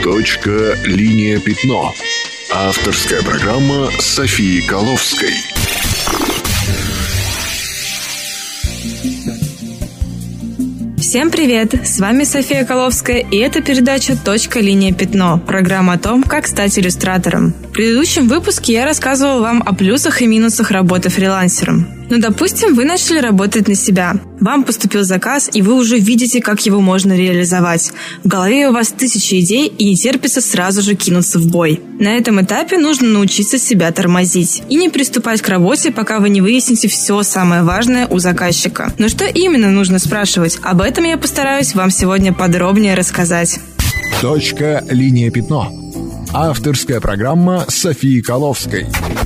Линия пятно. Авторская программа Софии Коловской. Всем привет! С вами София Коловская, и это передача «Линия пятно» – программа о том, как стать иллюстратором. В предыдущем выпуске я рассказывала вам о плюсах и минусах работы фрилансером. Ну, допустим, вы начали работать на себя. Вам поступил заказ, и вы уже видите, как его можно реализовать. В голове у вас тысячи идей, и не терпится сразу же кинуться в бой. На этом этапе нужно научиться себя тормозить и не приступать к работе, пока вы не выясните все самое важное у заказчика. Но что именно нужно спрашивать? Об этом я постараюсь вам сегодня подробнее рассказать. Линия пятно. Авторская программа Софии Коловской.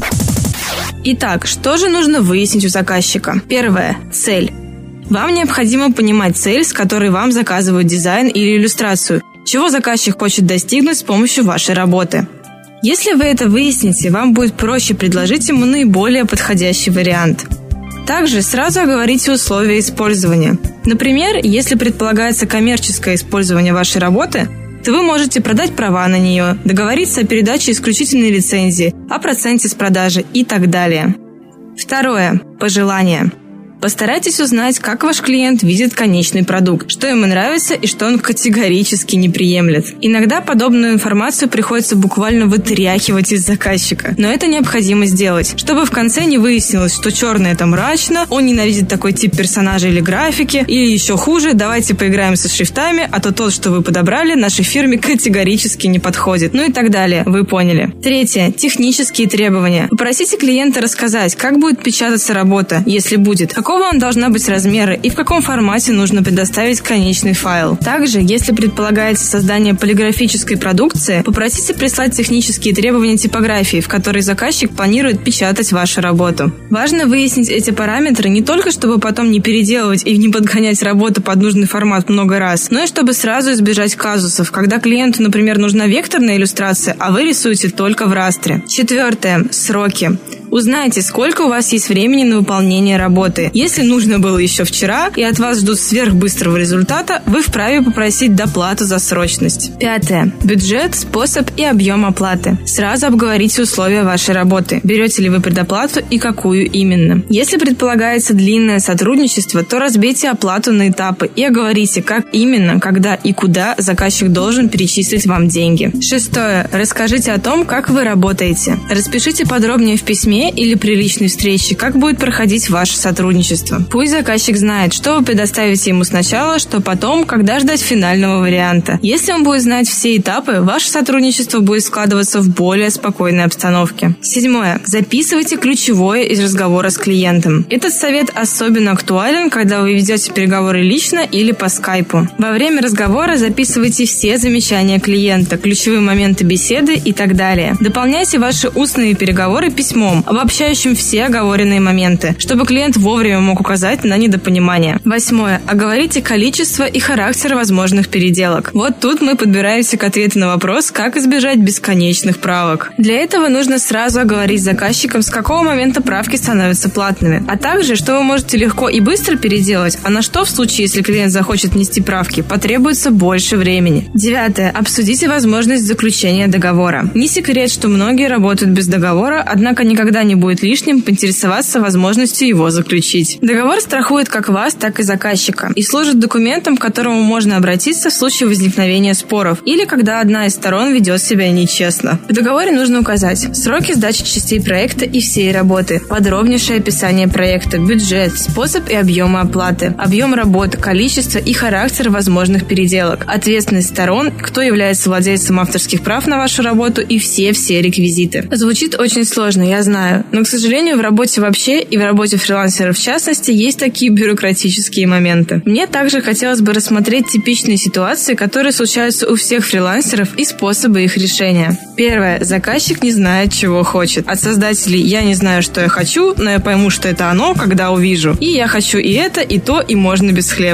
Итак, что же нужно выяснить у заказчика? Первое. Цель. Вам необходимо понимать цель, с которой вам заказывают дизайн или иллюстрацию, чего заказчик хочет достигнуть с помощью вашей работы. Если вы это выясните, вам будет проще предложить ему наиболее подходящий вариант. Также сразу оговорите условия использования. Например, если предполагается коммерческое использование вашей работы, то вы можете продать права на нее, договориться о передаче исключительной лицензии, о проценте с продажи и так далее. Второе. Пожелания. Постарайтесь узнать, как ваш клиент видит конечный продукт, что ему нравится и что он категорически не приемлет. Иногда подобную информацию приходится буквально вытряхивать из заказчика, но это необходимо сделать, чтобы в конце не выяснилось, что черное это мрачно, он ненавидит такой тип персонажа или графики, или еще хуже, давайте поиграем со шрифтами, а то тот, что вы подобрали, нашей фирме категорически не подходит, ну и так далее, вы поняли. Третье. Технические требования. Попросите клиента рассказать, как будет печататься работа, если будет, какого он должна быть размера и в каком формате нужно предоставить конечный файл. Также, если предполагается создание полиграфической продукции, попросите прислать технические требования типографии, в которой заказчик планирует печатать вашу работу. Важно выяснить эти параметры не только, чтобы потом не переделывать и не подгонять работу под нужный формат много раз, но и чтобы сразу избежать казусов, когда клиенту, например, нужна векторная иллюстрация, а вы рисуете только в растре. Четвертое. Сроки. Узнайте, сколько у вас есть времени на выполнение работы. Если нужно было еще вчера, и от вас ждут сверхбыстрого результата, вы вправе попросить доплату за срочность. Пятое. Бюджет, способ и объем оплаты. Сразу обговорите условия вашей работы. Берете ли вы предоплату и какую именно. Если предполагается длинное сотрудничество, то разбейте оплату на этапы и оговорите, как именно, когда и куда заказчик должен перечислить вам деньги. Шестое. Расскажите о том, как вы работаете. Распишите подробнее в письме или при личной встрече, как будет проходить ваше сотрудничество. Пусть заказчик знает, что вы предоставите ему сначала, что потом, когда ждать финального варианта. Если он будет знать все этапы, ваше сотрудничество будет складываться в более спокойной обстановке. Седьмое. Записывайте ключевое из разговора с клиентом. Этот совет особенно актуален, когда вы ведете переговоры лично или по скайпу. Во время разговора записывайте все замечания клиента, ключевые моменты беседы и так далее. Дополняйте ваши устные переговоры письмом, обобщающим все оговоренные моменты, чтобы клиент вовремя мог указать на недопонимание. Восьмое. Оговорите количество и характер возможных переделок. Вот тут мы подбираемся к ответу на вопрос, как избежать бесконечных правок. Для этого нужно сразу оговорить с заказчиком, с какого момента правки становятся платными, а также, что вы можете легко и быстро переделать, а на что в случае, если клиент захочет внести правки, потребуется больше времени. Девятое. Обсудите возможность заключения договора. Не секрет, что многие работают без договора, однако никогда не будет лишним поинтересоваться возможностью его заключить. Договор страхует как вас, так и заказчика и служит документом, к которому можно обратиться в случае возникновения споров или когда одна из сторон ведет себя нечестно. В договоре нужно указать сроки сдачи частей проекта и всей работы, подробнейшее описание проекта, бюджет, способ и объемы оплаты, объем работы, количество и характер возможных переделок, ответственность сторон, кто является владельцем авторских прав на вашу работу и все реквизиты. Звучит очень сложно, я знаю, но, к сожалению, в работе вообще и в работе фрилансера в частности есть такие бюрократические моменты. Мне также хотелось бы рассмотреть типичные ситуации, которые случаются у всех фрилансеров и способы их решения. Первое. Заказчик не знает, чего хочет. От создателей «я не знаю, что я хочу, но я пойму, что это оно, когда увижу». И «я хочу и это, и то, и можно без хлеба».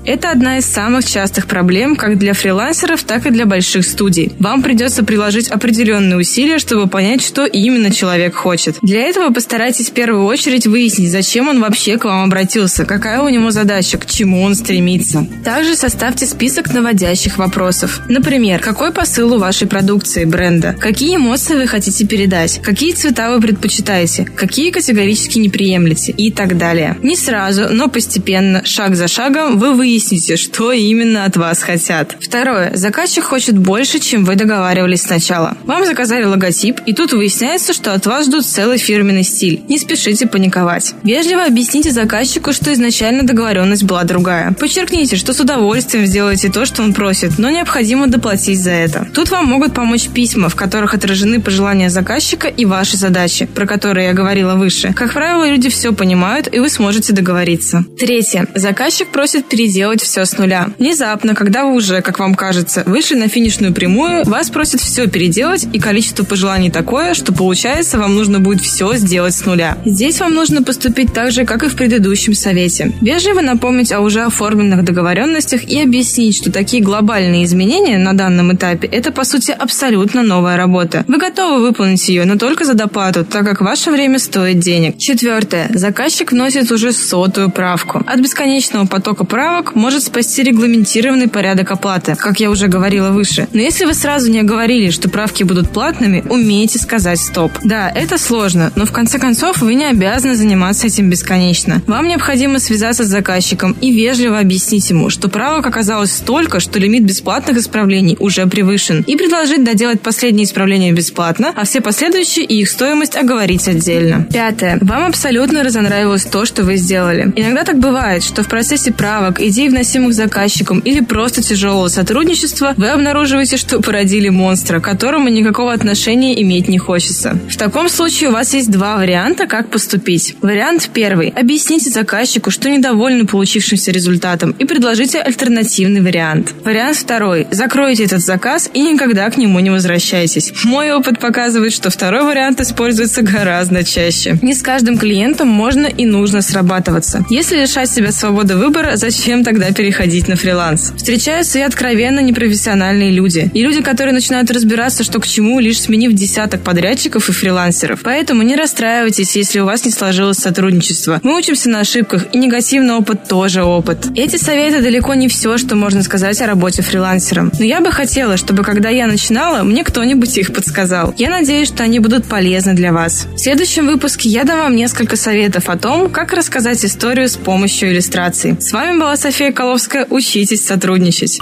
Это одна из самых частых проблем как для фрилансеров, так и для больших студий. Вам придется приложить определенные усилия, чтобы понять, что именно человек хочет. Для этого постарайтесь в первую очередь выяснить, зачем он вообще к вам обратился, какая у него задача, к чему он стремится. Также составьте список наводящих вопросов. Например, какой посыл у вашей продукции, бренда? Какие эмоции вы хотите передать? Какие цвета вы предпочитаете? Какие категорически не приемлете? И так далее. Не сразу, но постепенно, шаг за шагом, вы выясните, что именно от вас хотят. Второе. Заказчик хочет больше, чем вы договаривались сначала. Вам заказали логотип, и тут выясняется, что от вас ждут целый фирменный стиль. Не спешите паниковать. Вежливо объясните заказчику, что изначально договоренность была другая. Подчеркните, что с удовольствием сделаете то, что он просит, но необходимо доплатить за это. Тут вам могут помочь письма, в которых отражены пожелания заказчика и ваши задачи, про которые я говорила выше. Как правило, люди все понимают, и вы сможете договориться. Третье. Заказчик просит переделать все с нуля. Внезапно, когда вы уже, как вам кажется, вышли на финишную прямую, вас просят все переделать, и количество пожеланий такое, что получается, вам нужно будет все сделать с нуля. Здесь вам нужно поступить так же, как и в предыдущем совете. Вежливо напомнить о уже оформленных договоренностях и объяснить, что такие глобальные изменения на данном этапе – это, по сути, абсолютно новая работа. Вы готовы выполнить ее, но только за доплату, так как ваше время стоит денег. Четвертое. Заказчик вносит уже 100-ю правку. От бесконечного потока правок может спасти регламентированный порядок оплаты, как я уже говорила выше. Но если вы сразу не оговорили, что правки будут платными, умейте сказать «стоп». Да, это сложно, но в конце концов вы не обязаны заниматься этим бесконечно. Вам необходимо связаться с заказчиком и вежливо объяснить ему, что правок оказалось столько, что лимит бесплатных исправлений уже превышен, и предложить доделать последние исправления бесплатно, а все последующие и их стоимость оговорить отдельно. Пятое. Вам абсолютно разонравилось то, что вы сделали. Иногда так бывает, что в процессе правок, идей, вносимых заказчиком или просто тяжелого сотрудничества, вы обнаруживаете, что породили монстра, к которому никакого отношения иметь не хочется. В таком случае у вас есть два варианта, как поступить. Вариант первый. Объясните заказчику, что недовольны получившимся результатом, и предложите альтернативный вариант. Вариант второй. Закройте этот заказ и никогда к нему не возвращайтесь. Мой опыт показывает, что второй вариант используется гораздо чаще. Не с каждым клиентом можно и нужно срабатываться. Если лишать себя свободы выбора, зачем тогда переходить на фриланс? Встречаются и откровенно непрофессиональные люди. И люди, которые начинают разбираться, что к чему, лишь сменив десяток подрядчиков и фрилансеров. Поэтому не расстраивайтесь, если у вас не сложилось сотрудничество. Мы учимся на ошибках, и негативный опыт тоже опыт. Эти советы далеко не все, что можно сказать о работе фрилансером. Но я бы хотела, чтобы когда я начинала, мне кто-нибудь их подсказал. Я надеюсь, что они будут полезны для вас. В следующем выпуске я дам вам несколько советов о том, как рассказать историю с помощью иллюстраций. С вами была София Коловская. Учитесь сотрудничать.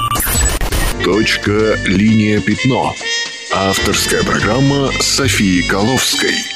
Точка, линия, пятно. Авторская программа Софии Коловской.